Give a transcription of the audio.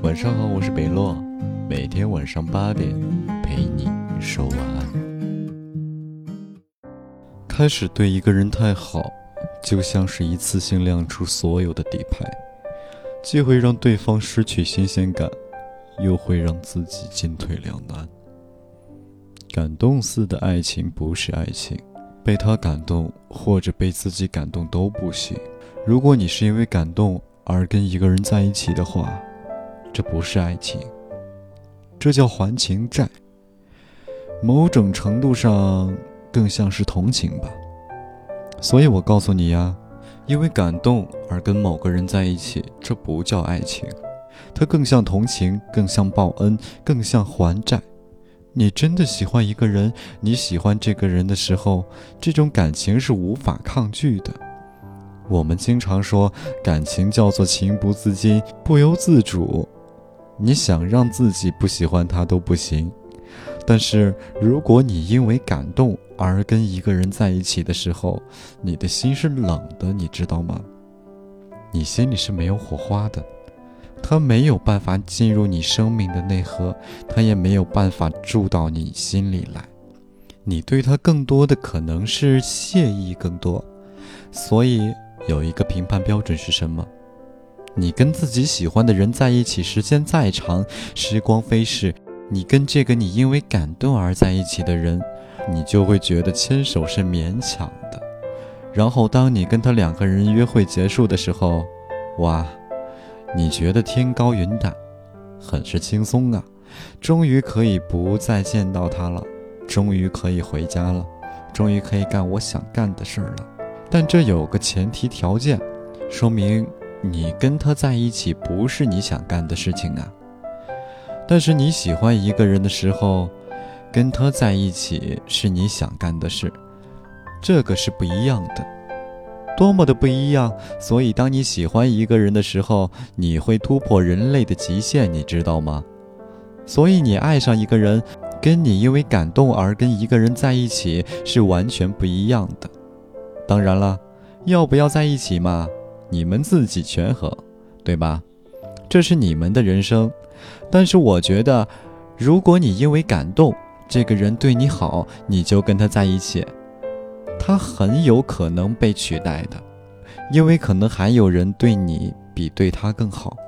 晚上好，我是北洛，每天晚上8点陪你说晚安。开始对一个人太好，就像是一次性亮出所有的底牌，既会让对方失去新鲜感，又会让自己进退两难。感动似的爱情不是爱情，被他感动或者被自己感动都不行。如果你是因为感动而跟一个人在一起的话，这不是爱情，这叫还情债。某种程度上更像是同情吧。所以我告诉你呀，因为感动而跟某个人在一起，这不叫爱情，它更像同情，更像报恩，更像还债。你真的喜欢一个人，你喜欢这个人的时候，这种感情是无法抗拒的。我们经常说感情叫做情不自禁，不由自主，你想让自己不喜欢他都不行。但是如果你因为感动而跟一个人在一起的时候，你的心是冷的，你知道吗？你心里是没有火花的，他没有办法进入你生命的内核，他也没有办法住到你心里来。你对他更多的可能是谢意更多。所以有一个评判标准是什么？你跟自己喜欢的人在一起时间再长，时光飞逝，你跟这个你因为感动而在一起的人，你就会觉得牵手是勉强的。然后当你跟他2个人约会结束的时候，哇，你觉得天高云淡，很是轻松啊，终于可以不再见到他了，终于可以回家了，终于可以干我想干的事了。但这有个前提条件，说明你跟他在一起不是你想干的事情啊。但是你喜欢一个人的时候，跟他在一起是你想干的事，这个是不一样的，多么的不一样。所以当你喜欢一个人的时候，你会突破人类的极限，你知道吗？所以你爱上一个人，跟你因为感动而跟一个人在一起是完全不一样的。当然了，要不要在一起嘛，你们自己权衡，对吧？这是你们的人生。但是我觉得，如果你因为感动，这个人对你好，你就跟他在一起，他很有可能被取代的，因为可能还有人对你比对他更好。